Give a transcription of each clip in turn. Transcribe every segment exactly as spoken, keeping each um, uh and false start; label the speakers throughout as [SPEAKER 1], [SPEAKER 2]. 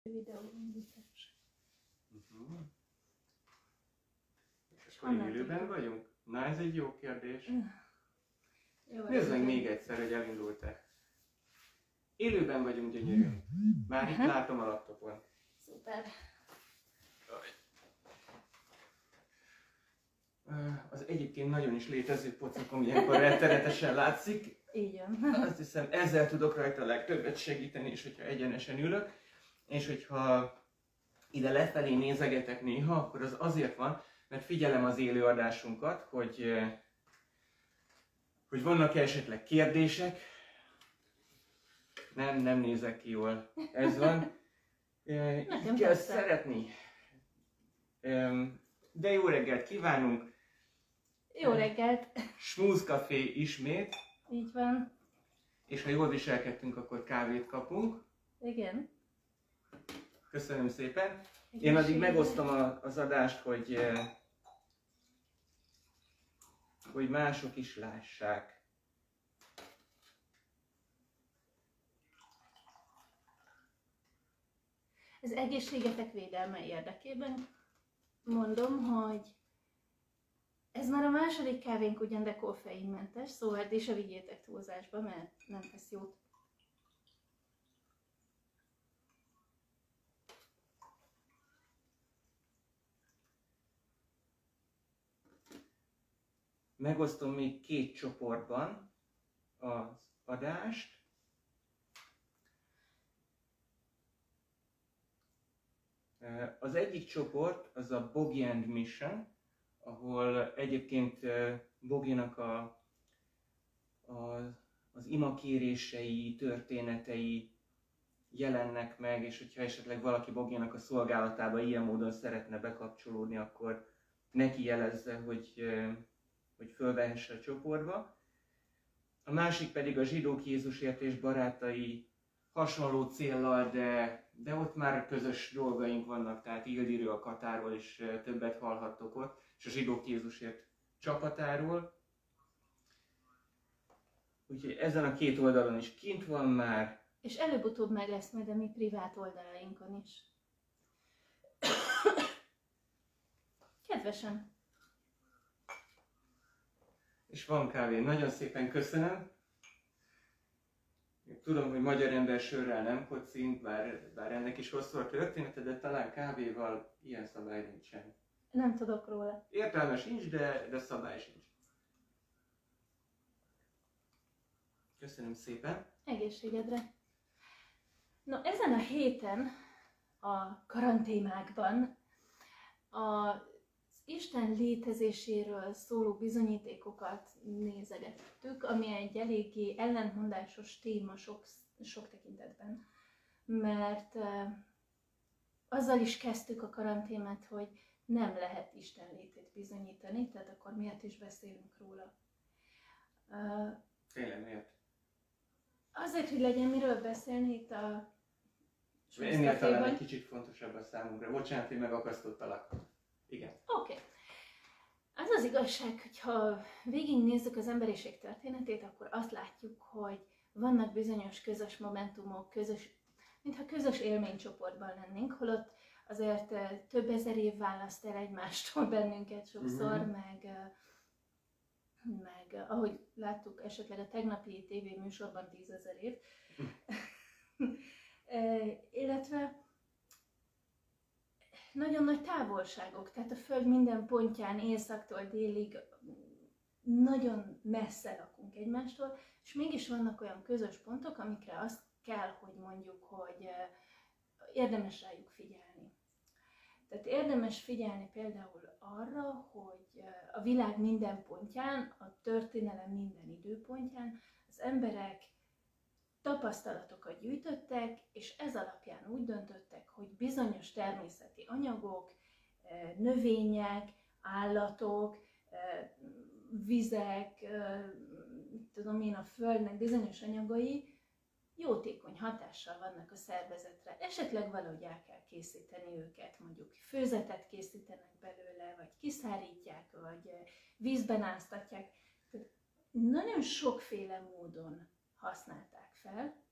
[SPEAKER 1] videóindítás.
[SPEAKER 2] Uh-huh. És akkor élőben vagyunk? Na, ez egy jó kérdés. Nézd meg még egyszer, hogy elindult-e. Élőben vagyunk, gyönyörű. Már itt látom a laptopon.
[SPEAKER 1] Szuper.
[SPEAKER 2] Az egyébként nagyon is létező pocakom ilyenkor rettenetesen látszik.
[SPEAKER 1] Így van.
[SPEAKER 2] Azt hiszem, ezzel tudok rajta a legtöbbet segíteni, és hogyha egyenesen ülök, és hogyha ide lefelé nézegetek néha, akkor az azért van, mert figyelem az élőadásunkat, hogy, hogy vannak-e esetleg kérdések. Nem, nem nézek ki jól. Ez van.
[SPEAKER 1] Nekem
[SPEAKER 2] kell
[SPEAKER 1] persze.
[SPEAKER 2] szeretni. De jó reggelt kívánunk!
[SPEAKER 1] Jó reggelt!
[SPEAKER 2] Smooth Café ismét.
[SPEAKER 1] Így van.
[SPEAKER 2] És ha jól viselkedtünk, akkor kávét kapunk.
[SPEAKER 1] Igen.
[SPEAKER 2] Köszönöm szépen. Én addig megosztom a, az adást, hogy, hogy mások is lássák.
[SPEAKER 1] Az egészségetek védelme érdekében mondom, hogy ez már a második kávénk ugyan, de koffeinmentes, szóval ti se vigyétek túlzásba, mert nem tesz jót.
[SPEAKER 2] Megosztom még két csoportban az adást. Az egyik csoport az a Bogi and Mission, ahol egyébként Boginak a, a, az imakérései, történetei jelennek meg, és hogyha esetleg valaki Boginak a szolgálatába ilyen módon szeretne bekapcsolódni, akkor neki jelezze, hogy, hogy fölvehesse a csoportba. A másik pedig a Zsidók Jézusért és barátai, hasonló céllal, de, de ott már közös dolgaink vannak, tehát Ildiről, a Katáról is többet hallhattok ott, és a Zsidók Jézusért csapatáról. Úgyhogy ezen a két oldalon is kint van már.
[SPEAKER 1] És előbb-utóbb meg lesz majd a mi privát oldalainkon is. Kedvesen!
[SPEAKER 2] És van kávé. Nagyon szépen köszönöm. Tudom, hogy magyar ember sörrel nem kocint, bár, bár ennek is hosszú a története, de talán kávéval ilyen szabály nincsen.
[SPEAKER 1] Nem tudok róla.
[SPEAKER 2] Értelme sincs, de, de szabály sincs. Köszönöm szépen.
[SPEAKER 1] Egészségedre. No, ezen a héten a karantémákban az Isten létezéséről szóló bizonyítékokat nézegettük, ami egy eléggé ellentmondásos téma sok, sok tekintetben. Mert uh, azzal is kezdtük a karanténát, hogy nem lehet Isten létét bizonyítani, tehát akkor miért is beszélünk róla. Uh,
[SPEAKER 2] Tényleg miért?
[SPEAKER 1] Azért, hogy legyen miről beszélni itt a
[SPEAKER 2] Ennél talán egy kicsit fontosabb a számunkra. Bocsánat, hogy megakasztottalak. Igen.
[SPEAKER 1] Oké. Okay. Az az igazság, hogyha végignézzük az emberiség történetét, akkor azt látjuk, hogy vannak bizonyos közös momentumok, közös, mintha közös élménycsoportban lennénk, holott azért több ezer év választ el egymástól bennünket sokszor, mm-hmm. meg, meg ahogy láttuk esetleg a tegnapi tévéműsorban tízezer év. Illetve nagyon nagy távolságok, tehát a Föld minden pontján, északtól délig nagyon messze lakunk egymástól, és mégis vannak olyan közös pontok, amikre azt kell, hogy mondjuk, hogy érdemes rájuk figyelni. Tehát érdemes figyelni például arra, hogy a világ minden pontján, a történelem minden időpontján az emberek tapasztalatokat gyűjtöttek, és ez alapján úgy döntöttek, hogy bizonyos természeti anyagok, növények, állatok, vizek, tudom én, a Földnek bizonyos anyagai jótékony hatással vannak a szervezetre. Esetleg valahogy el kell készíteni őket, mondjuk főzetet készítenek belőle, vagy kiszárítják, vagy vízben áztatják. Tehát nagyon sokféle módon használták fel,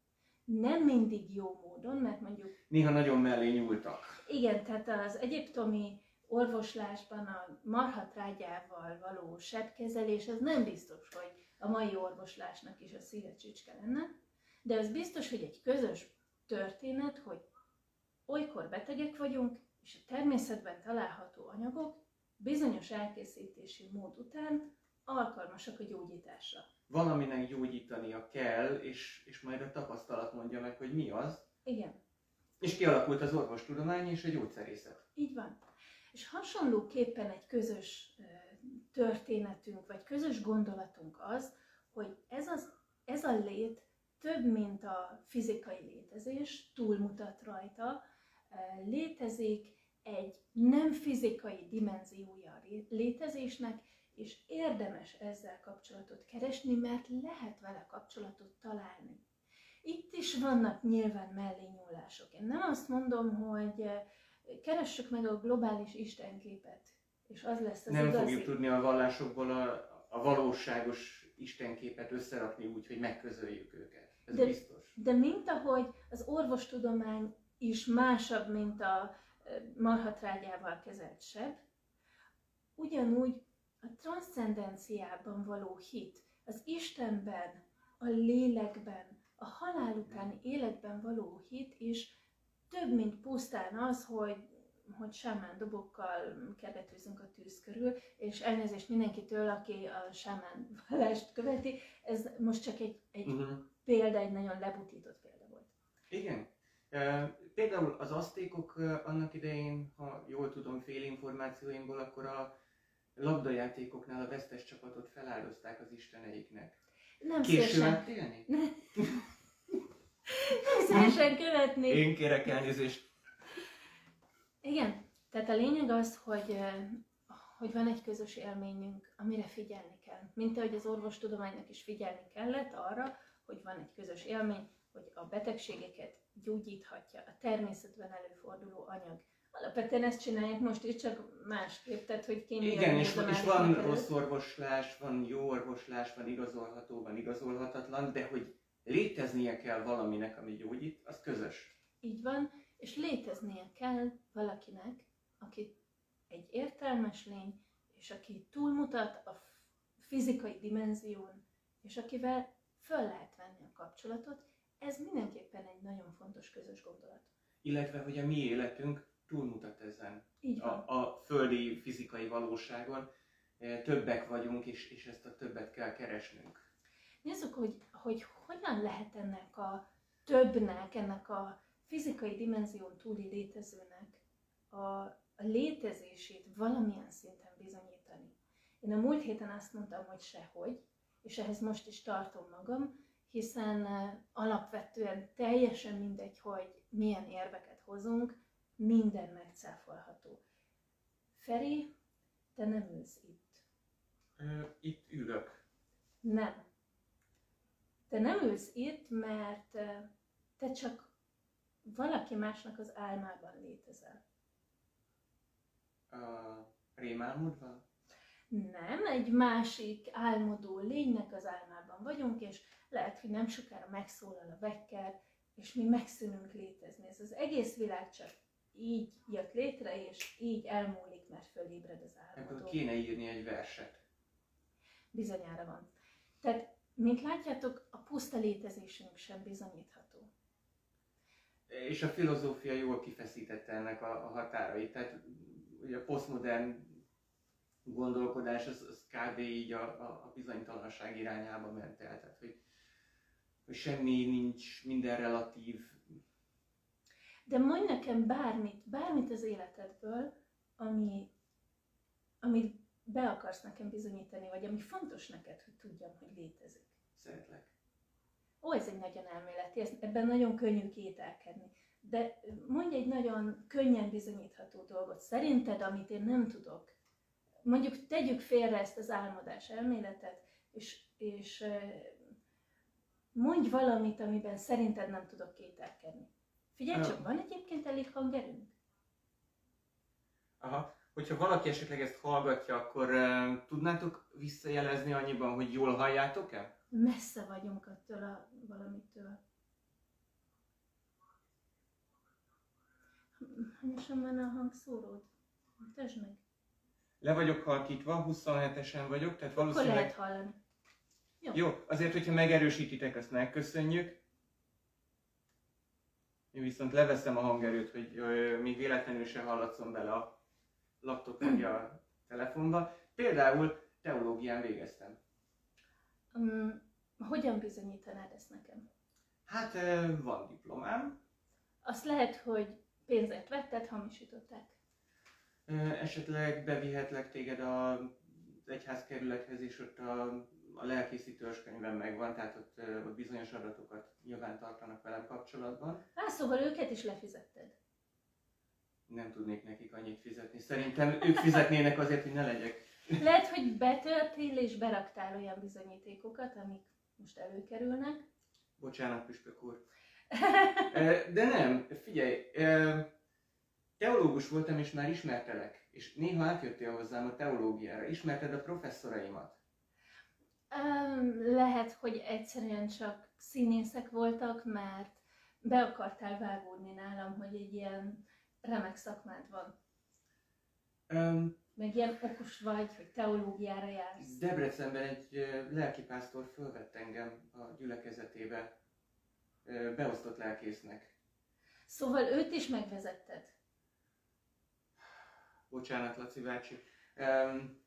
[SPEAKER 1] nem mindig jó módon, mert mondjuk...
[SPEAKER 2] Néha nagyon mellé nyúltak.
[SPEAKER 1] Igen, tehát az egyiptomi orvoslásban a marhatrágyával való sebkezelés, az nem biztos, hogy a mai orvoslásnak is a szíve csücske lenne, de az biztos, hogy egy közös történet, hogy olykor betegek vagyunk, és a természetben található anyagok bizonyos elkészítési mód után alkalmasak a gyógyításra.
[SPEAKER 2] Valaminek gyógyítania kell, és, és majd a tapasztalat mondja meg, hogy mi az.
[SPEAKER 1] Igen.
[SPEAKER 2] És kialakult az orvostudomány és a gyógyszerészet.
[SPEAKER 1] Így van. És hasonlóképpen egy közös történetünk, vagy közös gondolatunk az, hogy ez, az, ez a lét több, mint a fizikai létezés, túlmutat rajta, létezik egy nem fizikai dimenziója a létezésnek, és érdemes ezzel kapcsolatot keresni, mert lehet vele kapcsolatot találni. Itt is vannak nyilván mellényúlások. Én nem azt mondom, hogy keressük meg a globális istenképet, és az lesz az
[SPEAKER 2] Nem
[SPEAKER 1] igazi.
[SPEAKER 2] fogjuk tudni a vallásokból a, a valóságos istenképet összerakni úgy, hogy megközöljük őket. Ez
[SPEAKER 1] de,
[SPEAKER 2] biztos.
[SPEAKER 1] De mint ahogy az orvostudomány is másabb, mint a marhatrágyával kezelt seb, ugyanúgy a transzcendenciában való hit, az Istenben, a lélekben, a halál utáni életben való hit is több, mint pusztán az, hogy, hogy sámán dobokkal keretűzünk a tűz körül, és elnézést mindenkitől, aki a sámán vallást követi, ez most csak egy, egy uh-huh. példa, egy nagyon lebutított példa volt.
[SPEAKER 2] Igen. Uh, például az aztékok uh, annak idején, ha jól tudom félinformációimból, akkor a labdajátékoknál a vesztes csapatot feláldozták az isteneiknek.
[SPEAKER 1] Nem
[SPEAKER 2] Késő átélni?
[SPEAKER 1] Nem szívesen követni.
[SPEAKER 2] Én kérek elnézést.
[SPEAKER 1] Igen, tehát a lényeg az, hogy, hogy van egy közös élményünk, amire figyelni kell. Mint ahogy az orvostudománynak is figyelni kellett arra, hogy van egy közös élmény, hogy a betegségeket gyógyíthatja a természetben előforduló anyag. Alapvetően ezt csinálják most is, csak másképp, tehát hogy kémia.
[SPEAKER 2] Igen, és, és van rossz orvoslás, van jó orvoslás, van igazolható, van igazolhatatlan, de hogy léteznie kell valaminek, ami gyógyít, az közös.
[SPEAKER 1] Így van, és léteznie kell valakinek, aki egy értelmes lény, és aki túlmutat a fizikai dimenzión, és akivel föl lehet venni a kapcsolatot, ez mindenképpen egy nagyon fontos közös gondolat.
[SPEAKER 2] Illetve, hogy a mi életünk túlmutat ezen.
[SPEAKER 1] Így van.
[SPEAKER 2] A, a földi fizikai valóságon. Többek vagyunk, és, és ezt a többet kell keresnünk.
[SPEAKER 1] Nézzük, hogy, hogy hogyan lehet ennek a többnek, ennek a fizikai dimenzión túli létezőnek a, a létezését valamilyen szinten bizonyítani. Én a múlt héten azt mondtam, hogy sehogy, és ehhez most is tartom magam, hiszen alapvetően teljesen mindegy, hogy milyen érveket hozunk, minden megcáfolható. Feri, te nem ülsz itt.
[SPEAKER 2] Itt ülök.
[SPEAKER 1] Nem. Te nem ülsz itt, mert te csak valaki másnak az álmában létezel.
[SPEAKER 2] A rémálmodban?
[SPEAKER 1] Nem, egy másik álmodó lénynek az álmában vagyunk, és lehet, hogy nem sokára megszólal a vekker, és mi megszűnünk létezni. Ez az egész világ csak így jött létre, és így elmúlik, mert fölébred az álmodó.
[SPEAKER 2] Ebből kéne írni egy verset.
[SPEAKER 1] Bizonyára van. Tehát, mint látjátok, a puszta létezésünk sem bizonyítható.
[SPEAKER 2] És a filozófia jól kifeszítette ennek a, a határait. Tehát ugye a posztmodern gondolkodás az, az kb. Így a, a, a bizonytalanság irányába ment el. Tehát, hogy, hogy semmi nincs, minden relatív.
[SPEAKER 1] De mondj nekem bármit, bármit az életedből, ami, amit be akarsz nekem bizonyítani, vagy ami fontos neked, hogy tudjam, hogy létezik.
[SPEAKER 2] Szeretlek.
[SPEAKER 1] Ó, ez egy nagyon elméleti, ez, ebben nagyon könnyű kételkedni. De mondj egy nagyon könnyen bizonyítható dolgot szerinted, amit én nem tudok. Mondjuk tegyük félre ezt az álmodás elméletet, és, és mondj valamit, amiben szerinted nem tudok kételkedni. Figyelj csak, van egyébként elég hangerőnk?
[SPEAKER 2] Aha. Hogyha valaki esetleg ezt hallgatja, akkor uh, tudnátok visszajelezni annyiban, hogy jól halljátok-e?
[SPEAKER 1] Messze vagyunk attól a valamitől. hányosan van a hangszóród? Mutasd meg.
[SPEAKER 2] Le vagyok halkítva, huszonhetesen vagyok, tehát
[SPEAKER 1] Akkor
[SPEAKER 2] valószínűleg...
[SPEAKER 1] lehet hallani. Jó.
[SPEAKER 2] Jó, azért, hogyha megerősítitek, azt megköszönjük. Én viszont leveszem a hangerőt, hogy ö, még véletlenül se hallatszom bele a laptop vagy a telefonba. Például teológián végeztem.
[SPEAKER 1] Um, hogyan bizonyítanád ezt nekem?
[SPEAKER 2] Hát ö, van diplomám.
[SPEAKER 1] Azt lehet, hogy pénzért vetted, hamisították.
[SPEAKER 2] Ö, esetleg bevihetlek téged az egyházkerülethez, és ott a, a lelkészi törzskönyvem megvan, tehát ott, ö, ott bizonyos adatokat nyilván tartanak velem kapcsolatban.
[SPEAKER 1] Á, szóval őket is lefizetted.
[SPEAKER 2] Nem tudnék nekik annyit fizetni. Szerintem ők fizetnének azért, hogy ne legyek.
[SPEAKER 1] Lehet, hogy betörtél és beraktál olyan bizonyítékokat, amik most előkerülnek.
[SPEAKER 2] Bocsánat, püspök úr. De nem, figyelj, teológus voltam és már ismertelek, és néha átjöttél hozzám a teológiára, ismerted a professzoraimat.
[SPEAKER 1] Um, lehet, hogy egyszerűen csak színészek voltak, mert be akartál vágódni nálam, hogy egy ilyen remek szakmád van.
[SPEAKER 2] Um,
[SPEAKER 1] Meg ilyen okos vagy, hogy teológiára jársz.
[SPEAKER 2] Debrecenben egy lelkipásztor fölvett engem a gyülekezetébe, beosztott lelkésznek.
[SPEAKER 1] Szóval őt is megvezetted?
[SPEAKER 2] Bocsánat, Laci bácsi. Um,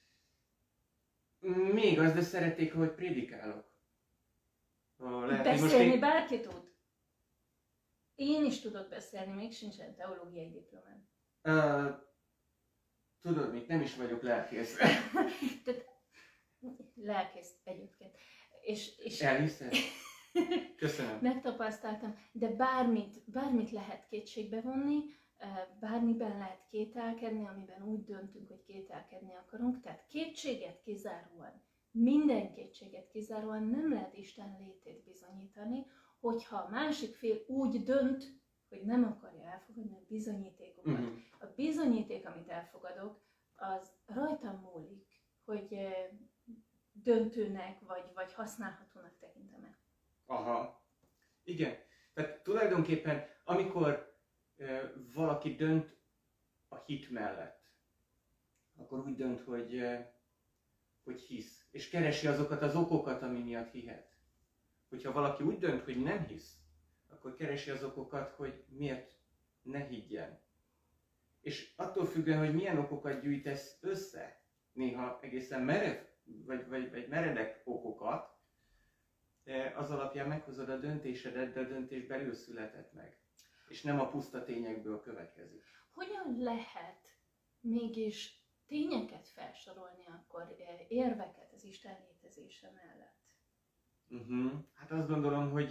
[SPEAKER 2] még az, de szerették, hogy prédikálok. Lehet,
[SPEAKER 1] beszélni
[SPEAKER 2] én...
[SPEAKER 1] bárki tud? Én is tudok beszélni, még sincsen teológiai diplomám.
[SPEAKER 2] Uh, tudod mit, nem is vagyok lelkész.
[SPEAKER 1] Tehát, lelkész egyébként. És, és...
[SPEAKER 2] Elhiszed? Köszönöm.
[SPEAKER 1] Megtapasztaltam, de bármit, bármit lehet kétségbe vonni, bármiben lehet kételkedni, amiben úgy döntünk, hogy kételkedni akarunk. Tehát kétséget kizáróan, minden kétséget kizáróan nem lehet Isten létét bizonyítani, hogyha a másik fél úgy dönt, hogy nem akarja elfogadni a bizonyítékokat. Uh-huh. A bizonyíték, amit elfogadok, az rajtam múlik, hogy döntőnek vagy, vagy használhatónak tekintem-e.
[SPEAKER 2] Aha. Igen. Tehát tulajdonképpen, amikor e, valaki dönt a hit mellett, akkor úgy dönt, hogy, e, hogy hisz, és keresi azokat az okokat, ami miatt hihet. Hogyha valaki úgy dönt, hogy nem hisz, akkor keresi az okokat, hogy miért ne higgyen. És attól függően, hogy milyen okokat gyűjtesz össze, néha egészen merev, vagy, vagy, vagy meredek okokat, az alapján meghozod a döntésedet, de a döntés belül született meg. És nem a puszta tényekből következik.
[SPEAKER 1] Hogyan lehet mégis tényeket felsorolni akkor, érveket az Isten létezése mellett?
[SPEAKER 2] Uh-huh. Hát azt gondolom, hogy,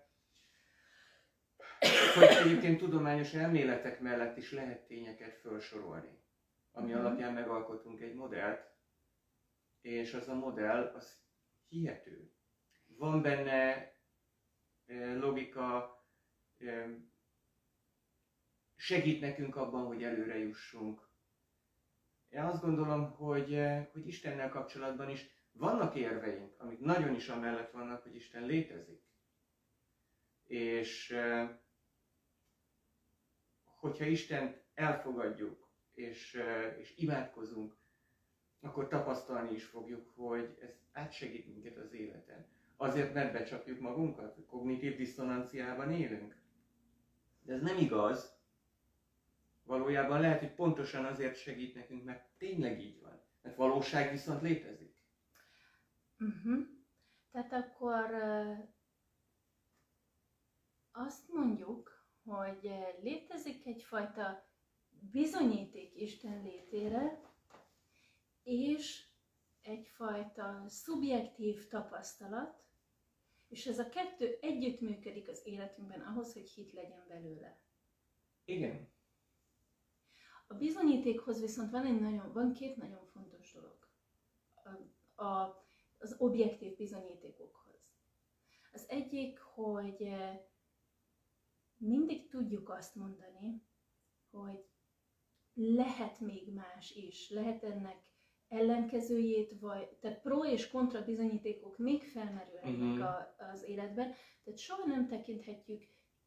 [SPEAKER 2] hogy egyébként tudományos elméletek mellett is lehet tényeket felsorolni, ami uh-huh. alapján megalkotunk egy modellt, és az a modell az hihető. Van benne logika, segít nekünk abban, hogy előre jussunk. Én azt gondolom, hogy, hogy Istennel kapcsolatban is vannak érveink, amik nagyon is amellett vannak, hogy Isten létezik. És hogyha Istent elfogadjuk, és, és imádkozunk, akkor tapasztalni is fogjuk, hogy ez átsegít minket az életen. Azért, mert becsapjuk magunkat, hogy kognitív diszonanciában élünk. De ez nem igaz. Valójában lehet, hogy pontosan azért segít nekünk, mert tényleg így van. Mert valóság viszont létezik.
[SPEAKER 1] Uh-huh. Tehát akkor uh, azt mondjuk, hogy létezik egyfajta bizonyíték Isten létére, és egyfajta szubjektív tapasztalat, és ez a kettő együttműködik az életünkben ahhoz, hogy hit legyen belőle.
[SPEAKER 2] Igen.
[SPEAKER 1] A bizonyítékhoz viszont van, egy nagyon, van két nagyon fontos dolog. A, a, az objektív bizonyítékokhoz. Az egyik, hogy mindig tudjuk azt mondani, hogy lehet még más is, lehet ennek ellenkezőjét, vagy, tehát pro és kontra bizonyítékok még felmerülhetnek uh-huh. a, az életben, tehát soha nem tekinthetjük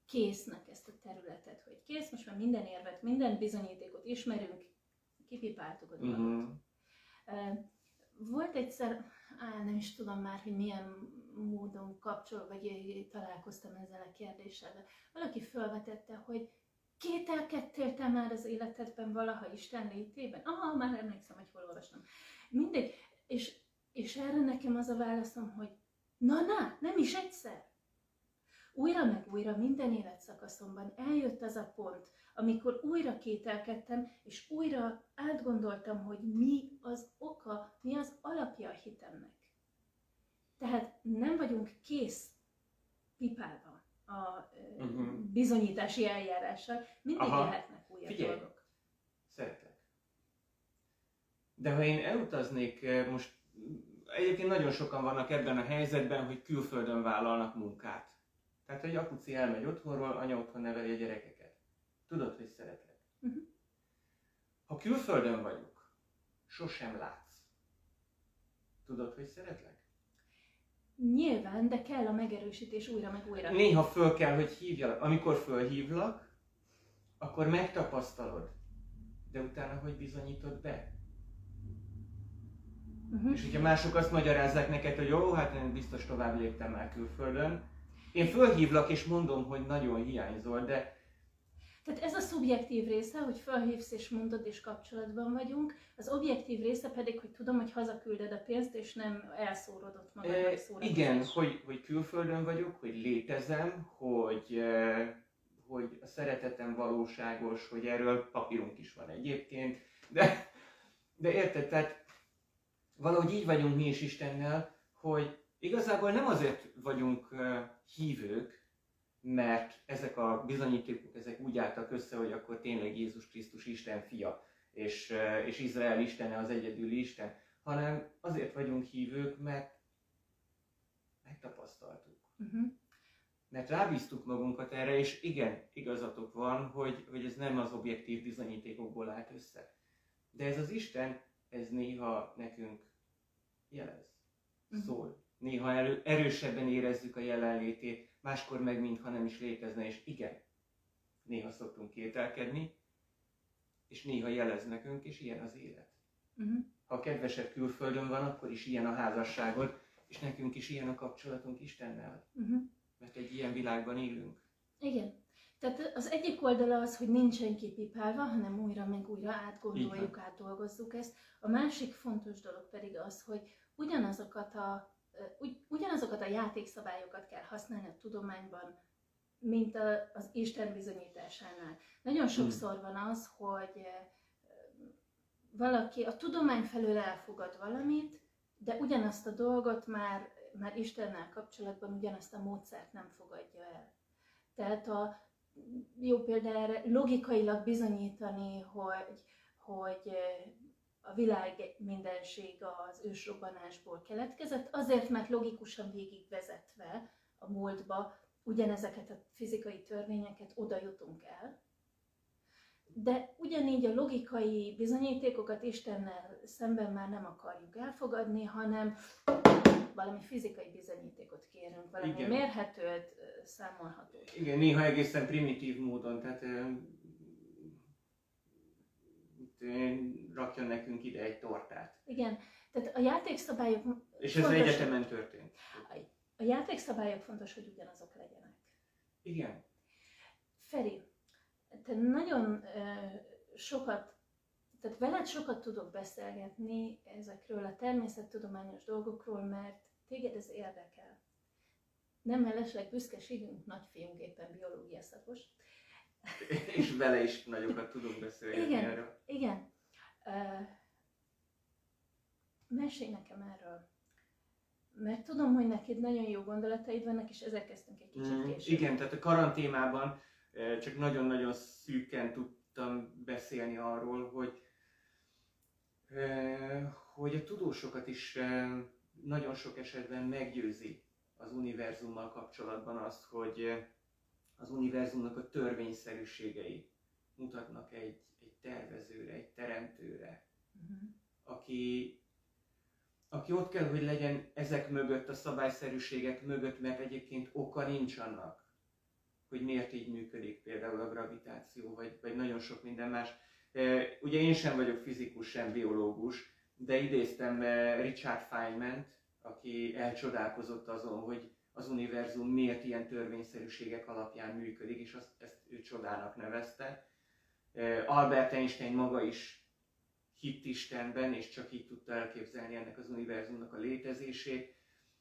[SPEAKER 1] késznek ezt a területet, hogy kész, most már minden érvet, minden bizonyítékot ismerünk, kipipáltuk a dolgot. Uh-huh. Volt egyszer, á, nem is tudom már, hogy milyen módon kapcsol, vagy találkoztam ezzel a kérdéssel, de valaki felvetette, hogy kételkedtél te már az életedben valaha Isten létében? Aha, már emlékszem, hogy hol olvastam. Mindegy. És, és erre nekem az a válaszom, hogy na, na, nem is egyszer. Újra meg újra minden életszakaszomban eljött az a pont, amikor újra kételkedtem, és újra átgondoltam, hogy mi az oka, mi az alapja a hitemnek. Tehát nem vagyunk kész pipálva a uh-huh. bizonyítási eljárással, mindig
[SPEAKER 2] Aha.
[SPEAKER 1] lehetnek újabb
[SPEAKER 2] Figyelj.
[SPEAKER 1] dolgok.
[SPEAKER 2] Szeretlek. De ha én elutaznék most, egyébként nagyon sokan vannak ebben a helyzetben, hogy külföldön vállalnak munkát. Tehát, hogy apuci elmegy otthonról, anya otthon neveli a gyerekeket. Tudod, hogy szeretlek. Uh-huh. Ha külföldön vagyok, sosem látsz. Tudod, hogy szeretlek?
[SPEAKER 1] Nyilván, de kell a megerősítés újra meg újra.
[SPEAKER 2] Néha föl kell, hogy hívjalak. Amikor fölhívlak, akkor megtapasztalod. De utána hogy bizonyítod be? Uh-huh. És hogyha mások azt magyarázzák neked, hogy jó, hát én biztos tovább léptem már külföldön. Én fölhívlak és mondom, hogy nagyon hiányzol, de...
[SPEAKER 1] Tehát ez a szubjektív része, hogy fölhívsz és mondod és kapcsolatban vagyunk, az objektív része pedig, hogy tudom, hogy hazakülded a pénzt és nem elszórodott magadnak
[SPEAKER 2] e,
[SPEAKER 1] szórakozás.
[SPEAKER 2] Igen, hogy, hogy külföldön vagyok, hogy létezem, hogy, hogy a szeretetem valóságos, hogy erről papírunk is van egyébként, de, de érted, tehát valahogy így vagyunk mi is Istennel, hogy igazából nem azért vagyunk hívők, mert ezek a bizonyítékok ezek úgy álltak össze, hogy akkor tényleg Jézus Krisztus Isten fia, és, és Izrael Istene az egyedüli Isten, hanem azért vagyunk hívők, mert megtapasztaltuk. Uh-huh. Mert rábíztuk magunkat erre, és igen, igazatok van, hogy, hogy ez nem az objektív bizonyítékokból állt össze. De ez az Isten, ez néha nekünk jelez, uh-huh. szól. Néha erő, erősebben érezzük a jelenlétét, máskor meg mintha nem is létezne, és igen, néha szoktunk kételkedni, és néha jelez nekünk, és ilyen az élet. Uh-huh. Ha a kedvesed külföldön van, akkor is ilyen a házasságod, és nekünk is ilyen a kapcsolatunk Istennel. Uh-huh. Mert egy ilyen világban élünk.
[SPEAKER 1] Igen. Tehát az egyik oldala az, hogy nincsen kipipálva, hanem újra meg újra átgondoljuk, átdolgozzuk ezt. A másik fontos dolog pedig az, hogy ugyanazokat a Ugy, ugyanazokat a játékszabályokat kell használni a tudományban, mint a, az Isten bizonyításánál. Nagyon sokszor van az, hogy valaki a tudomány felől elfogad valamit, de ugyanazt a dolgot már, már Istennel kapcsolatban ugyanazt a módszert nem fogadja el. Tehát a jó példa erre logikailag bizonyítani, hogy, hogy a világ mindenség az ősrobbanásból keletkezett, azért, mert logikusan végigvezetve a múltba ugyanezeket a fizikai törvényeket oda jutunk el. De ugyanígy a logikai bizonyítékokat Istennel szemben már nem akarjuk elfogadni, hanem valami fizikai bizonyítékot kérünk, valami igen. mérhetőt, számolhatót.
[SPEAKER 2] Igen, néha egészen primitív módon, tehát rakjon nekünk ide egy tortát.
[SPEAKER 1] Igen, tehát a játékszabályok...
[SPEAKER 2] És ez fontos, egyetemen történt.
[SPEAKER 1] A játékszabályok fontos, hogy ugyanazok legyenek.
[SPEAKER 2] Igen.
[SPEAKER 1] Feri, te nagyon uh, sokat, tehát veled sokat tudok beszélgetni ezekről a természettudományos dolgokról, mert téged ez érdekel. Nem mellesleg büszkeségünk, nagyfiunk éppen biológia szakos.
[SPEAKER 2] És vele is nagyokat tudunk beszélni
[SPEAKER 1] igen,
[SPEAKER 2] erről.
[SPEAKER 1] Igen. Uh, mesélj nekem erről. Mert tudom, hogy neked nagyon jó gondolataid vannak, és ezzel kezdtünk egy kicsit
[SPEAKER 2] mm,
[SPEAKER 1] később.
[SPEAKER 2] Igen, tehát a karanténában csak nagyon-nagyon szűken tudtam beszélni arról, hogy, hogy a tudósokat is nagyon sok esetben meggyőzi az univerzummal kapcsolatban az, hogy az univerzumnak a törvényszerűségei mutatnak egy, egy tervezőre, egy teremtőre, uh-huh. aki, aki ott kell, hogy legyen ezek mögött, a szabályszerűségek mögött, mert egyébként oka nincs annak, hogy miért így működik például a gravitáció, vagy, vagy nagyon sok minden más. Ugye én sem vagyok fizikus, sem biológus, de idéztem Richard Feynmant, aki elcsodálkozott azon, hogy az univerzum miért ilyen törvényszerűségek alapján működik, és azt, ezt ő csodának nevezte. Albert Einstein maga is hitt Istenben, és csak így tudta elképzelni ennek az univerzumnak a létezését.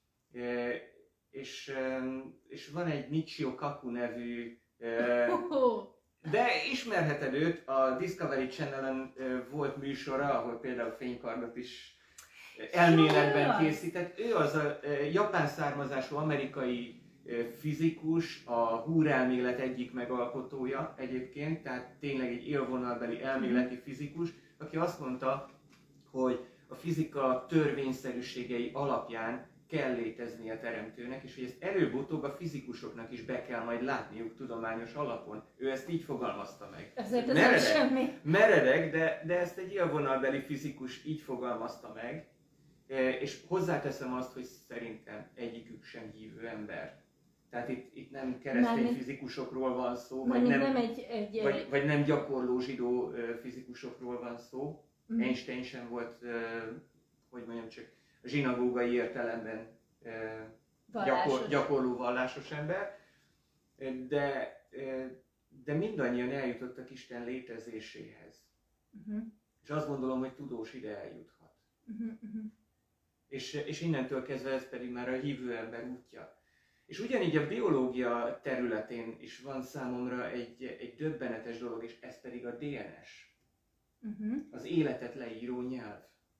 [SPEAKER 2] És, és van egy Michio Kaku nevű, de ismerheted őt, a Discovery Channel-en volt műsora, ahol például fénykardot is elméletben készített. Ő az a japán származású amerikai fizikus, a húrelmélet egyik megalkotója egyébként, tehát tényleg egy élvonalbeli elméleti fizikus, aki azt mondta, hogy a fizika törvényszerűségei alapján kell létezni a teremtőnek, és hogy ezt előbb-utóbb a fizikusoknak is be kell majd látniuk tudományos alapon. Ő ezt így fogalmazta meg.
[SPEAKER 1] Ezért ez nem semmi.
[SPEAKER 2] Meredek, de, de ezt egy élvonalbeli fizikus így fogalmazta meg, és hozzáteszem azt, hogy szerintem egyikük sem hívő ember. Tehát itt, itt nem keresztény Mármint, fizikusokról van szó, vagy nem,
[SPEAKER 1] nem egy, egy,
[SPEAKER 2] vagy, vagy nem gyakorló zsidó fizikusokról van szó.
[SPEAKER 1] Mm.
[SPEAKER 2] Einstein sem volt, hogy mondjam csak, a zsinagógai értelemben gyakor, gyakorló vallásos ember, de, de mindannyian eljutottak Isten létezéséhez.
[SPEAKER 1] Uh-huh.
[SPEAKER 2] És azt gondolom, hogy tudós ide eljuthat.
[SPEAKER 1] Uh-huh, uh-huh.
[SPEAKER 2] És, és innentől kezdve ez pedig már a hívő ember útja. És ugyanígy a biológia területén is van számomra egy, egy döbbenetes dolog, és ez pedig a dé en es.
[SPEAKER 1] Uh-huh.
[SPEAKER 2] Az életet leíró nyelv.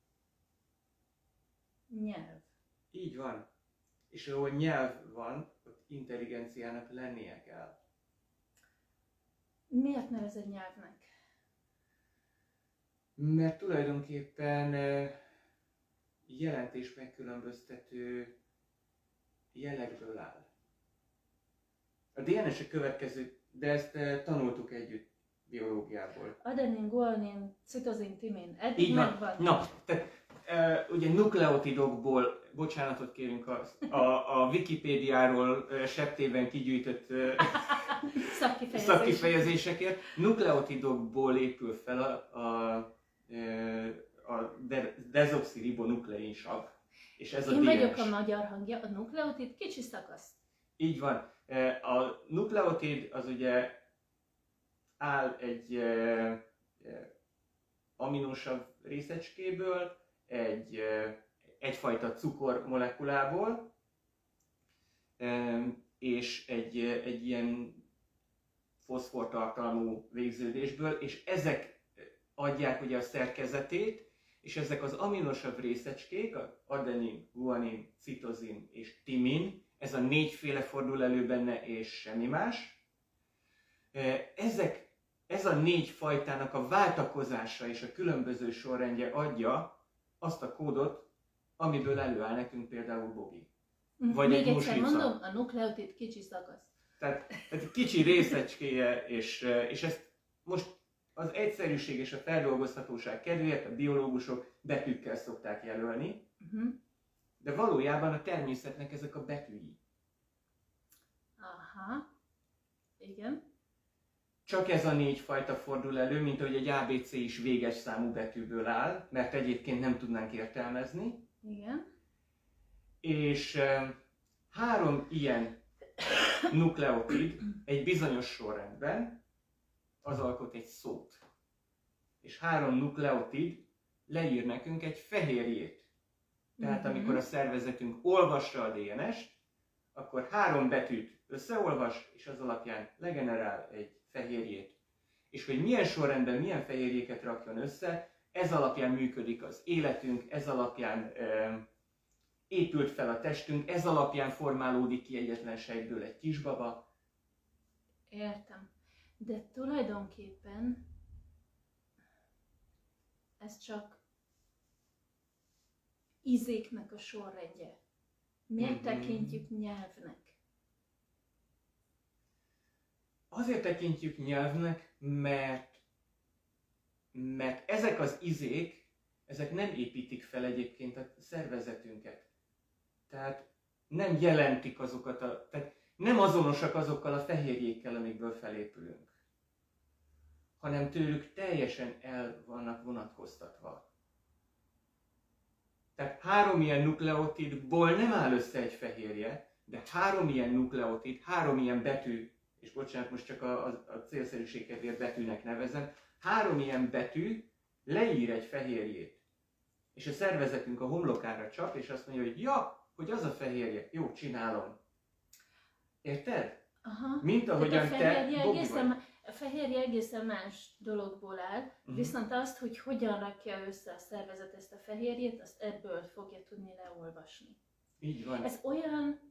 [SPEAKER 1] Nyelv.
[SPEAKER 2] Így van. És ahol nyelv van, ott intelligenciának lennie kell.
[SPEAKER 1] Miért nevezed nyelvnek?
[SPEAKER 2] Mert tulajdonképpen jelentés megkülönböztető jellegből áll. A dé en es a következő, de ezt tanultuk együtt biológiából.
[SPEAKER 1] Adenin, guanin, citozin, timin. Eddig
[SPEAKER 2] így van.
[SPEAKER 1] megvan.
[SPEAKER 2] Na, tehát Uh, ugye nukleotidokból, bocsánatot kérünk a, a, a Wikipédiáról uh, septében kigyűjtött uh,
[SPEAKER 1] Szakkifejezés.
[SPEAKER 2] szakkifejezésekért. Nukleotidokból épül fel a, a, a de, dezoxiribonuklein-sav. És ez
[SPEAKER 1] Én
[SPEAKER 2] a dé en es.
[SPEAKER 1] vagyok a magyar hangja, a nukleotid kicsi szakasz.
[SPEAKER 2] Így van. A nukleotid az ugye áll egy aminósav részecskéből, egy, egyfajta cukormolekulából, és egy, egy ilyen foszfortartalmú végződésből, és ezek adják ugye a szerkezetét, és ezek az aminosav részecskék, az adenin, guanin, citozin és timin, ez a négyféle fordul elő benne, és semmi más. Ezek Ez a négy fajtának a váltakozása és a különböző sorrendje adja azt a kódot, amiből előáll nekünk például Bogi.
[SPEAKER 1] Vagy Még egy egyszer muslica. Mondom, a nukleotid kicsi szakasz.
[SPEAKER 2] Tehát, tehát kicsi részecskéje, és, és ezt most az egyszerűség és a feldolgozhatóság kedvéért a biológusok betűkkel szokták jelölni,
[SPEAKER 1] uh-huh.
[SPEAKER 2] de valójában a természetnek ezek a betűi.
[SPEAKER 1] Aha, igen.
[SPEAKER 2] Csak ez a négy fajta fordul elő, mint ahogy egy á bé cé is véges számú betűből áll, mert egyébként nem tudnánk értelmezni.
[SPEAKER 1] Igen.
[SPEAKER 2] És e, három ilyen nukleotid egy bizonyos sorrendben az alkot egy szót. És három nukleotid leír nekünk egy fehérjét. Tehát mm-hmm. amikor a szervezetünk olvassa a dé en est, akkor három betűt összeolvas, és az alapján legenerál egy fehérjét. És hogy milyen sorrendben milyen fehérjéket rakjon össze, ez alapján működik az életünk, ez alapján e, épült fel a testünk, ez alapján formálódik ki egyetlen sejtből egy kisbaba.
[SPEAKER 1] Értem. De tulajdonképpen ez csak ízéknek a sorrendje. Miért mm-hmm. tekintjük nyelvnek?
[SPEAKER 2] Azért tekintjük nyelvnek, mert, mert ezek az izék, ezek nem építik fel egyébként a szervezetünket. Tehát nem jelentik azokat a... Tehát nem azonosak azokkal a fehérjékkel, amikből felépülünk, hanem tőlük teljesen el vannak vonatkoztatva. Tehát három ilyen nukleotidból nem áll össze egy fehérje, de három ilyen nukleotid, három ilyen betű, és bocsánat, most csak a, a, a célszerűség kedvéért betűnek nevezem, három ilyen betű leír egy fehérjét. És a szervezetünk a homlokára csap, és azt mondja, hogy ja, hogy az a fehérje, jó, csinálom. Érted?
[SPEAKER 1] Aha.
[SPEAKER 2] Mint ahogyan te, Bogi vagy.
[SPEAKER 1] A fehérje egészen más dologból áll, uh-huh. viszont azt, hogy hogyan rakja össze a szervezet ezt a fehérjét, azt ebből fogja tudni leolvasni.
[SPEAKER 2] Így van.
[SPEAKER 1] Ez olyan,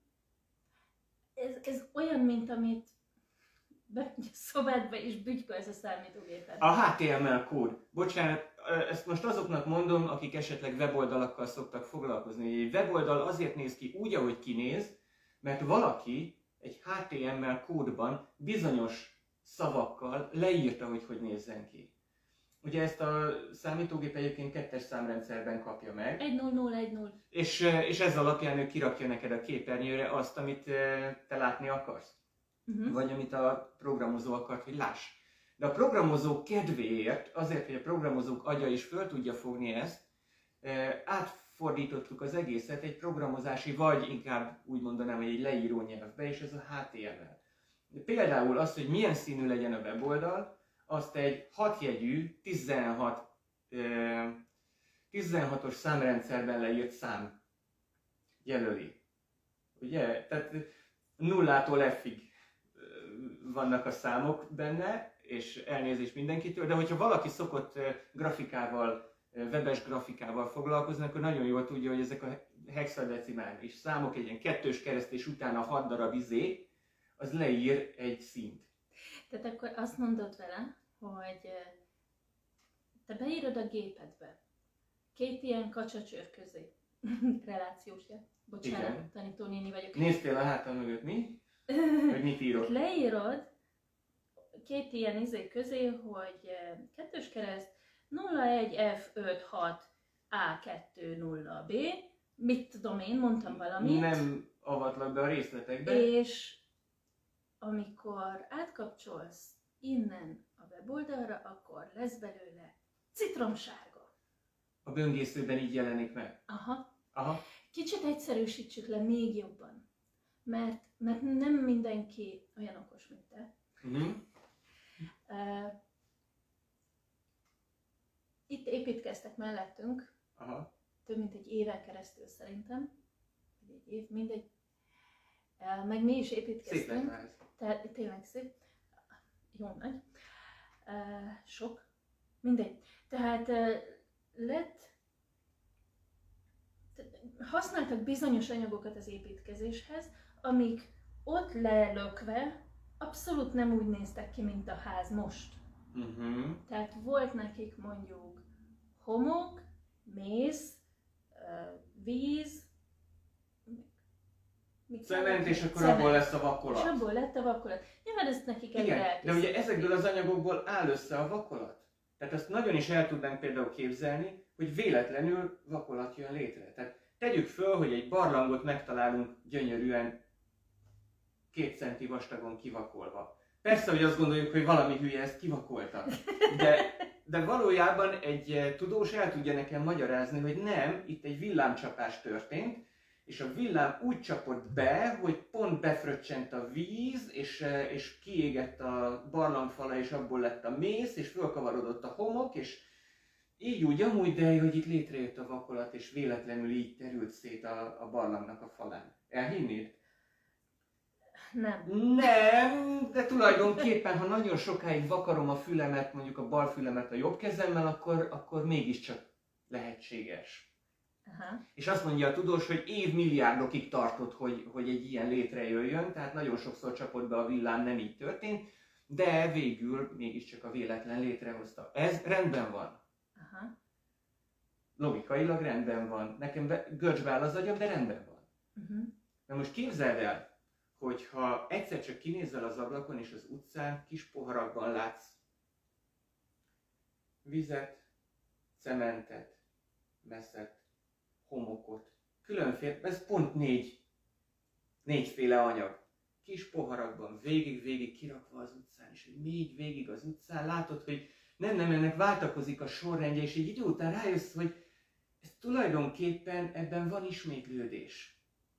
[SPEAKER 1] ez, ez olyan, mint amit bemegy a szobádba és bütykölsz a számítógépen.
[SPEAKER 2] A há té em el kód. Bocsánat, ezt most azoknak mondom, akik esetleg weboldalakkal szoktak foglalkozni. Egy weboldal azért néz ki úgy, ahogy kinéz, mert valaki egy há té em el kódban bizonyos szavakkal leírta, hogy hogy nézzen ki. Ugye ezt a számítógép egyébként kettes számrendszerben kapja meg.
[SPEAKER 1] egy nulla nulla egy nulla.
[SPEAKER 2] És, és ez alapján ő kirakja neked a képernyőre azt, amit te látni akarsz. Uh-huh. Vagy amit a programozó akart, hogy láss. De a programozó kedvéért, azért, hogy a programozók agya is föl tudja fogni ezt, átfordítottuk az egészet egy programozási, vagy inkább úgy mondanám, hogy egy leíró nyelvbe, és ez a há té em el. Például azt, hogy milyen színű legyen a weboldal, azt egy hatjegyű, tizenhat, tizenhatos számrendszerben leírt szám jelöli. Ugye? Tehát nullától F-ig vannak a számok benne, és elnézést mindenkitől, de hogyha valaki szokott grafikával, webes grafikával foglalkozni, akkor nagyon jól tudja, hogy ezek a hexadecimális számok, egy ilyen kettős kereszt és utána hat darab izé, az leír egy színt.
[SPEAKER 1] Tehát akkor azt mondod vele, hogy te beírod a gépedbe két ilyen kacsacsőr közé, relációs jel, bocsánat, igen. Tanítónéni vagyok.
[SPEAKER 2] Néztél a hátam mögött mi? Hogy mit írod?
[SPEAKER 1] Leírod két ilyen izé közé, hogy kettős kereszt nulla egy F öt hat A kettő nulla B, mit tudom én, mondtam valamit.
[SPEAKER 2] Nem avatlak be a részletekbe.
[SPEAKER 1] És amikor átkapcsolsz innen a weboldalra, akkor lesz belőle citromsárga.
[SPEAKER 2] A böngészőben így jelenik meg.
[SPEAKER 1] Aha.
[SPEAKER 2] Aha.
[SPEAKER 1] Kicsit egyszerűsítsük le még jobban, mert, mert nem mindenki olyan okos, mint te. Uh-huh. Uh, itt építkeztek mellettünk, aha. Több mint egy éven keresztül szerintem, vagy egy év, mindegy. Uh, meg mi is építkeztünk. Szép. Tehát tényleg szép. Jó nagy. Uh, sok. Mindegy. Tehát uh, lett használtak bizonyos anyagokat az építkezéshez, amik ott lelökve abszolút nem úgy néztek ki, mint a ház most. Uh-huh. Tehát volt nekik mondjuk homok, mész, víz,
[SPEAKER 2] cement, és akkor cement. Abból lesz a vakolat.
[SPEAKER 1] És abból lett a vakolat. Nyilván ezt nekik el
[SPEAKER 2] igen, de ugye ezekből az anyagokból áll össze a vakolat. Tehát azt nagyon is el tudnánk például képzelni, hogy véletlenül vakolat jön létre. Tehát tegyük föl, hogy egy barlangot megtalálunk gyönyörűen két centi vastagon kivakolva. Persze, hogy azt gondoljuk, hogy valami hülye ezt kivakolta. De, de valójában egy tudós el tudja nekem magyarázni, hogy nem, itt egy villámcsapás történt, és a villám úgy csapott be, hogy pont befröccsent a víz, és, és kiégett a barlangfala, és abból lett a mész, és fölkavarodott a homok, és így úgy amúgy, de hogy itt létrejött a vakolat, és véletlenül így terült szét a, a barlangnak a falán. Elhinnéd?
[SPEAKER 1] Nem.
[SPEAKER 2] Nem, de tulajdonképpen, ha nagyon sokáig vakarom a fülemet, mondjuk a bal fülemet a jobb kezemmel, akkor, akkor mégiscsak lehetséges. Aha. És azt mondja a tudós, hogy évmilliárdokig tartott, hogy, hogy egy ilyen létrejöjjön, tehát nagyon sokszor csapott be a villám, nem így történt, de végül mégiscsak a véletlen létrehozta. Ez rendben van. Aha. Logikailag rendben van. Nekem görcsbe áll az agyam, de rendben van. Uh-huh. Na most képzeld el, hogyha egyszer csak kinézel az ablakon és az utcán kis poharakban látsz vizet, cementet, meszet, homokot, különféle, ez pont négy, négyféle anyag. kis poharakban, végig-végig kirakva az utcán, és még végig az utcán látod, hogy nem, nem, ennek váltakozik a sorrendje, és egy idő után rájössz, hogy ez tulajdonképpen ebben van ismétlődés.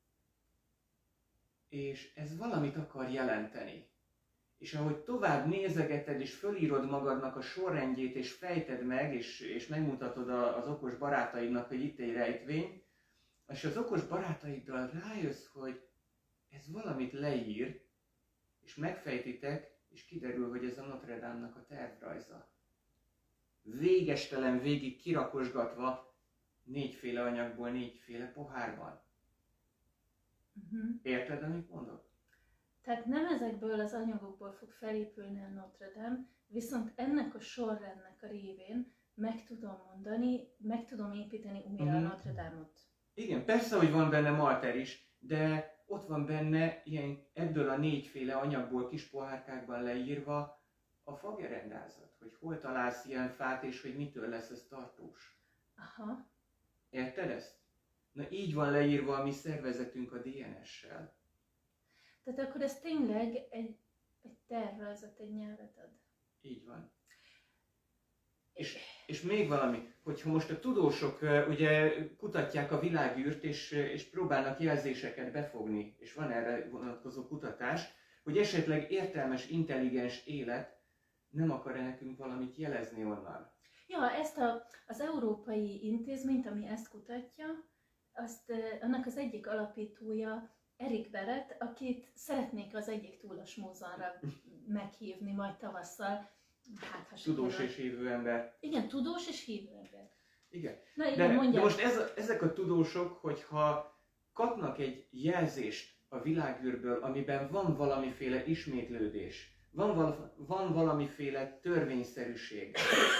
[SPEAKER 2] És ez valamit akar jelenteni. És ahogy tovább nézegeted, és fölírod magadnak a sorrendjét, és fejted meg, és, és megmutatod a, az okos barátaidnak, hogy itt egy rejtvény, és az okos barátaiddal rájössz, hogy ez valamit leír, és megfejtitek, és kiderül, hogy ez a Notre Dame-nak a tervrajza. Végestelen végig kirakosgatva négyféle anyagból, négyféle pohárban.
[SPEAKER 1] Uh-huh.
[SPEAKER 2] Érted, amit mondok?
[SPEAKER 1] Tehát nem ezekből az anyagokból fog felépülni a Notre Dame, viszont ennek a sorrendnek a révén meg tudom mondani, meg tudom építeni újra uh-huh. a Notre Dame-ot.
[SPEAKER 2] Igen, persze, hogy van benne malter is, de ott van benne ilyen, ebből a négyféle anyagból kis pohárkákban leírva a fagerendázat, hogy hol találsz ilyen fát, és hogy mitől lesz ez tartós.
[SPEAKER 1] Aha.
[SPEAKER 2] Érted ezt? Na így van leírva a mi szervezetünk a dé en es-sel.
[SPEAKER 1] Tehát akkor ez tényleg egy, egy tervrajzot, egy nyelvet ad.
[SPEAKER 2] Így van. És, és még valami, hogyha most a tudósok ugye kutatják a világűrt, és, és próbálnak jelzéseket befogni, és van erre vonatkozó kutatás, hogy esetleg értelmes, intelligens élet nem akar-e nekünk valamit jelezni onnan.
[SPEAKER 1] Ja, ezt a, az európai intézményt, ami ezt kutatja, azt, annak az egyik alapítója Erik Beret, akit szeretnék az egyik túlos múzeumra meghívni majd tavasszal. Hát, ha
[SPEAKER 2] tudós
[SPEAKER 1] sikerül.
[SPEAKER 2] És hívő ember.
[SPEAKER 1] Igen, tudós és hívő ember.
[SPEAKER 2] Igen.
[SPEAKER 1] Na, igen,
[SPEAKER 2] de, de most ez, ezek a tudósok, hogyha kapnak egy jelzést a világűrből, amiben van valamiféle ismétlődés, van, val, van valamiféle törvényszerűség,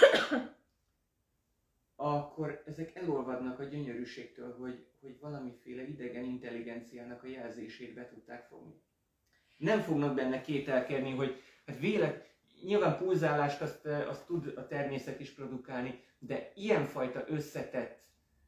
[SPEAKER 2] akkor ezek elolvadnak a gyönyörűségtől, hogy, hogy valamiféle idegen intelligenciának a jelzését be tudták fogni. Nem fognak benne kételkedni, hogy hát vélet, nyilván pulzálást azt, azt tud a természet is produkálni, de ilyenfajta összetett,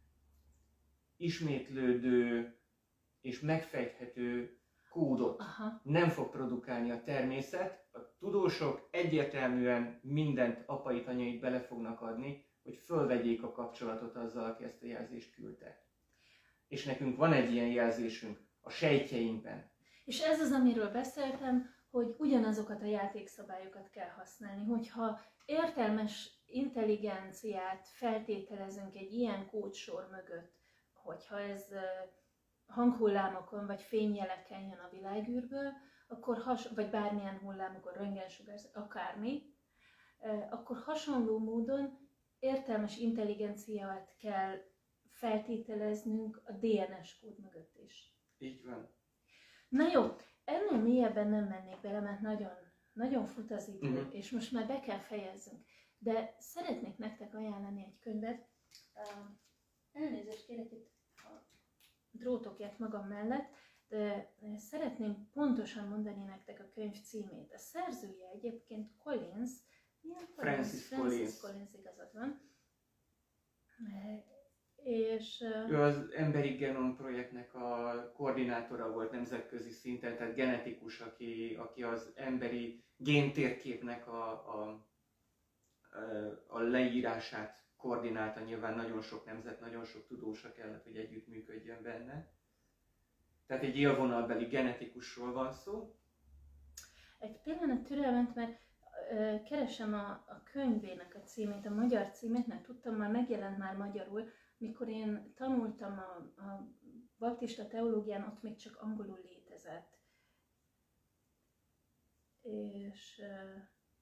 [SPEAKER 2] ismétlődő és megfejthető kódot
[SPEAKER 1] Aha.
[SPEAKER 2] nem fog produkálni a természet. A tudósok egyértelműen mindent apait, anyait bele fognak adni, hogy fölvegyék a kapcsolatot azzal, aki ezt a jelzést küldte. És nekünk van egy ilyen jelzésünk a sejtjeinkben.
[SPEAKER 1] És ez az, amiről beszéltem, hogy ugyanazokat a játékszabályokat kell használni. Hogyha értelmes intelligenciát feltételezünk egy ilyen kódsor mögött, hogyha ez hanghullámokon vagy fényjeleken jön a világűrből, akkor has, vagy bármilyen hullámokon, röntgensugárzás, akármi, akkor hasonló módon értelmes intelligenciát kell feltételeznünk a dé en es kód mögött is.
[SPEAKER 2] Így van.
[SPEAKER 1] Na jó, ennél mélyebben nem mennék bele, mert nagyon, nagyon fut az idő, uh-huh. és most már be kell fejezzünk. De szeretnék nektek ajánlani egy könyvet. Uh, elnézést kérek itt a drótokért magam mellett, de szeretném pontosan mondani nektek a könyv címét. A szerzője egyébként Collins, milyen Collins?
[SPEAKER 2] Francis
[SPEAKER 1] Francis
[SPEAKER 2] Collins.
[SPEAKER 1] Collins, igazad van. És,
[SPEAKER 2] ő az Emberi Genom projektnek a koordinátora volt nemzetközi szinten, tehát genetikus, aki, aki az emberi géntérképnek a, a, a leírását koordinálta. Nyilván nagyon sok nemzet, nagyon sok tudósa kellett, hogy együttműködjön benne. Tehát egy élvonalbeli genetikusról van szó.
[SPEAKER 1] Egy pillanat türelmet, mert ö, keresem a, a könyvének a címét, a magyar címét, mert tudtam, már megjelent már magyarul. Mikor én tanultam a, a baptista teológián, ott még csak angolul létezett. És uh,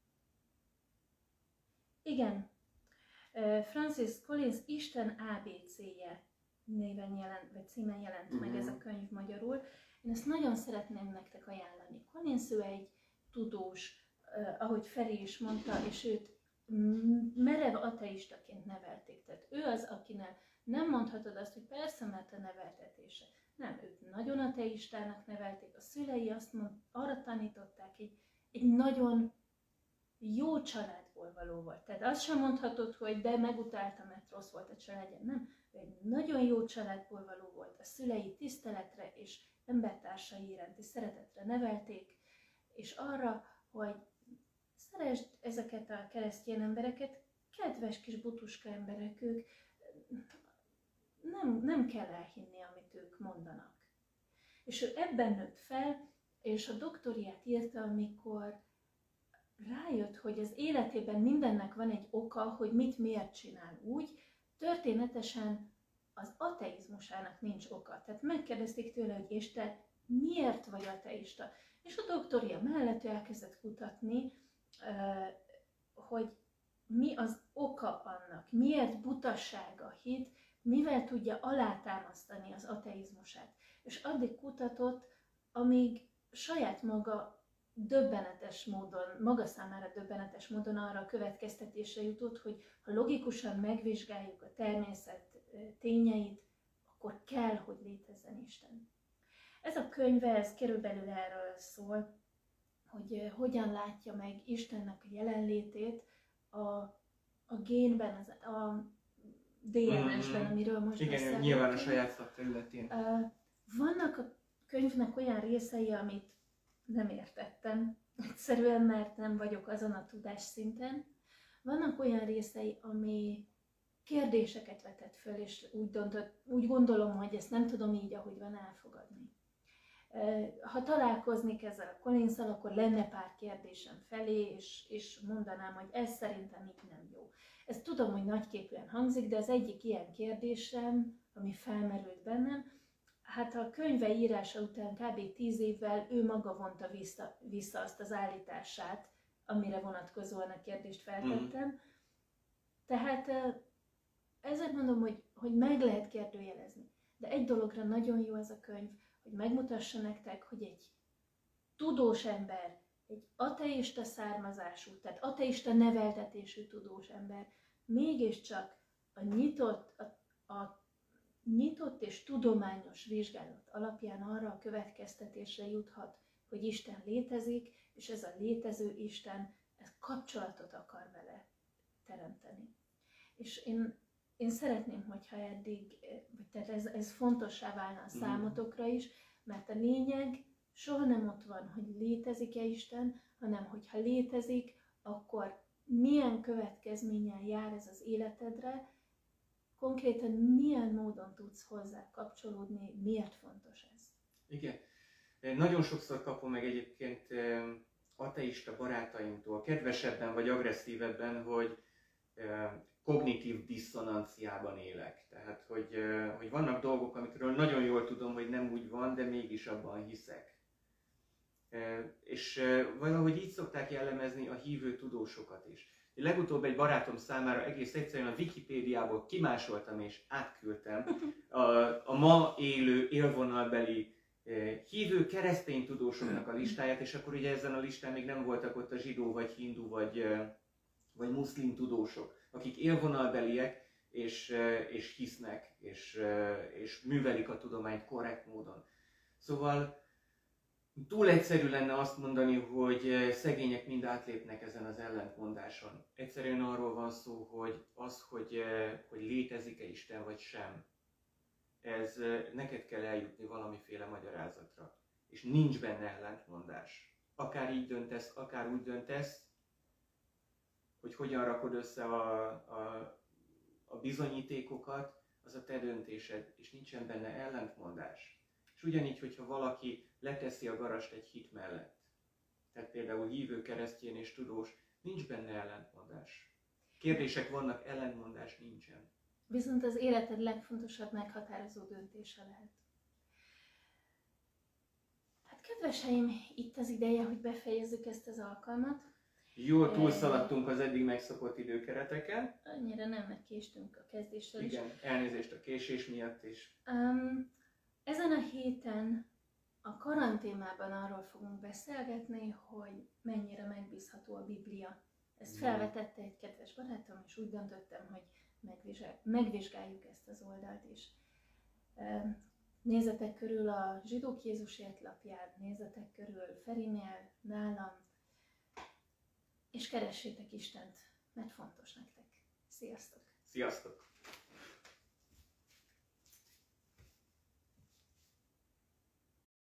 [SPEAKER 1] igen, uh, Francis Collins Isten á bé cé-je néven jelent, vagy címen jelent uh-huh. meg ez a könyv magyarul. Én ezt nagyon szeretném nektek ajánlani. Collins ő egy tudós, uh, ahogy Feri is mondta, és őt merev ateistaként nevelték. Tehát ő az, akinek nem mondhatod azt, hogy persze, mert a neveltetése. Nem, őt nagyon ateistának nevelték. A szülei azt mond, arra tanították, egy, egy nagyon jó családból való volt. Tehát azt sem mondhatod, hogy de megutálta, mert rossz volt a családja. Nem, ő egy nagyon jó családból való volt. A szülei tiszteletre és embertársai iránti szeretetre nevelték, és arra, hogy szeresd ezeket a keresztény embereket, kedves kis butuska emberek ők, nem, nem kell elhinni, amit ők mondanak. És ő ebben nőtt fel, és a doktoriát írta, amikor rájött, hogy az életében mindennek van egy oka, hogy mit miért csinál úgy, történetesen az ateizmusának nincs oka. Tehát megkérdezték tőle, hogy és te miért vagy ateista? És a doktoria mellett ő elkezdett kutatni, hogy mi az oka annak, miért butasság a hit, mivel tudja alátámasztani az ateizmusát. És addig kutatott, amíg saját maga döbbenetes módon, maga számára döbbenetes módon arra a következtetésre jutott, hogy ha logikusan megvizsgáljuk a természet tényeit, akkor kell, hogy létezzen Isten. Ez a könyve, ez körülbelül erről szól, hogy hogyan látja meg Istennek a jelenlétét a, a génben, az, a dé en es-ben, amiről most
[SPEAKER 2] igen,
[SPEAKER 1] beszélünk.
[SPEAKER 2] Nyilván a saját szakterületén.
[SPEAKER 1] Vannak a könyvnek olyan részei, amit nem értettem, egyszerűen, mert nem vagyok azon a tudásszinten. Vannak olyan részei, ami kérdéseket vetett föl, és úgy, döntött, úgy gondolom, hogy ezt nem tudom így, ahogy van, elfogadni. Ha találkoznék ezzel a Collinsszal, akkor lenne pár kérdésem felé, és, és mondanám, hogy ez szerintem így nem jó. Ezt tudom, hogy nagyképűen hangzik, de az egyik ilyen kérdésem, ami felmerült bennem, hát a könyve írása után kb. tíz évvel ő maga vonta vissza, vissza azt az állítását, amire vonatkozóan a kérdést feltettem. Mm. Tehát ezért mondom, hogy, hogy meg lehet kérdőjelezni. De egy dologra nagyon jó ez a könyv, hogy megmutassa nektek, hogy egy tudós ember, egy ateista származású, tehát ateista neveltetésű tudós ember mégiscsak a nyitott, a, a nyitott és tudományos vizsgálat alapján arra a következtetésre juthat, hogy Isten létezik, és ez a létező Isten ez kapcsolatot akar vele teremteni. És én, én szeretném, hogyha eddig, vagy tehát ez, ez fontossá válna a számotokra is, mert a lényeg soha nem ott van, hogy létezik-e Isten, hanem hogyha létezik, akkor milyen következménnyel jár ez az életedre, konkrétan milyen módon tudsz hozzá kapcsolódni, miért fontos ez?
[SPEAKER 2] Igen. Nagyon sokszor kapom meg egyébként ateista barátaimtól, kedvesebben vagy agresszívebben, hogy kognitív disszonanciában élek. Tehát, hogy, hogy vannak dolgok, amikről nagyon jól tudom, hogy nem úgy van, de mégis abban hiszek. És valahogy így szokták jellemezni a hívő tudósokat is. Én legutóbb egy barátom számára egész egyszerűen a Wikipédiából kimásoltam és átküldtem a, a ma élő élvonalbeli hívő keresztény tudósoknak a listáját, és akkor ugye ezen a listán még nem voltak ott a zsidó, vagy hindu, vagy, vagy muszlim tudósok, akik élvonalbeliek, és, és hisznek, és, és művelik a tudományt korrekt módon. Szóval túl egyszerű lenne azt mondani, hogy szegények mind átlépnek ezen az ellentmondáson. Egyszerűen arról van szó, hogy az, hogy, hogy létezik-e Isten vagy sem, ez neked kell eljutni valamiféle magyarázatra. És nincs benne ellentmondás. Akár így döntesz, akár úgy döntesz, hogy hogyan rakod össze a, a, a bizonyítékokat, az a te döntésed, és nincsen benne ellentmondás. És ugyanígy, hogyha valaki leteszi a garast egy hit mellett, tehát például hívő, keresztény és tudós, nincs benne ellentmondás. Kérdések vannak, ellentmondás nincsen.
[SPEAKER 1] Viszont az életed legfontosabb meghatározó döntése lehet. Hát kedveseim, itt az ideje, hogy befejezzük ezt az alkalmat.
[SPEAKER 2] Jól túlszaladtunk az eddig megszokott időkereteken.
[SPEAKER 1] Annyira nem, mert késtünk a kezdéssel is.
[SPEAKER 2] Igen, elnézést a késés miatt is.
[SPEAKER 1] Um, ezen a héten a karanténmában arról fogunk beszélgetni, hogy mennyire megbízható a Biblia. Ezt felvetette egy kedves barátom, és úgy döntöttem, hogy megvizsgáljuk ezt az oldalt is. Nézzetek körül a Zsidók Jézusért lapján, nézzetek körül Ferinél, nálam, és keressétek Istent, mert fontos nektek. Sziasztok!
[SPEAKER 2] Sziasztok!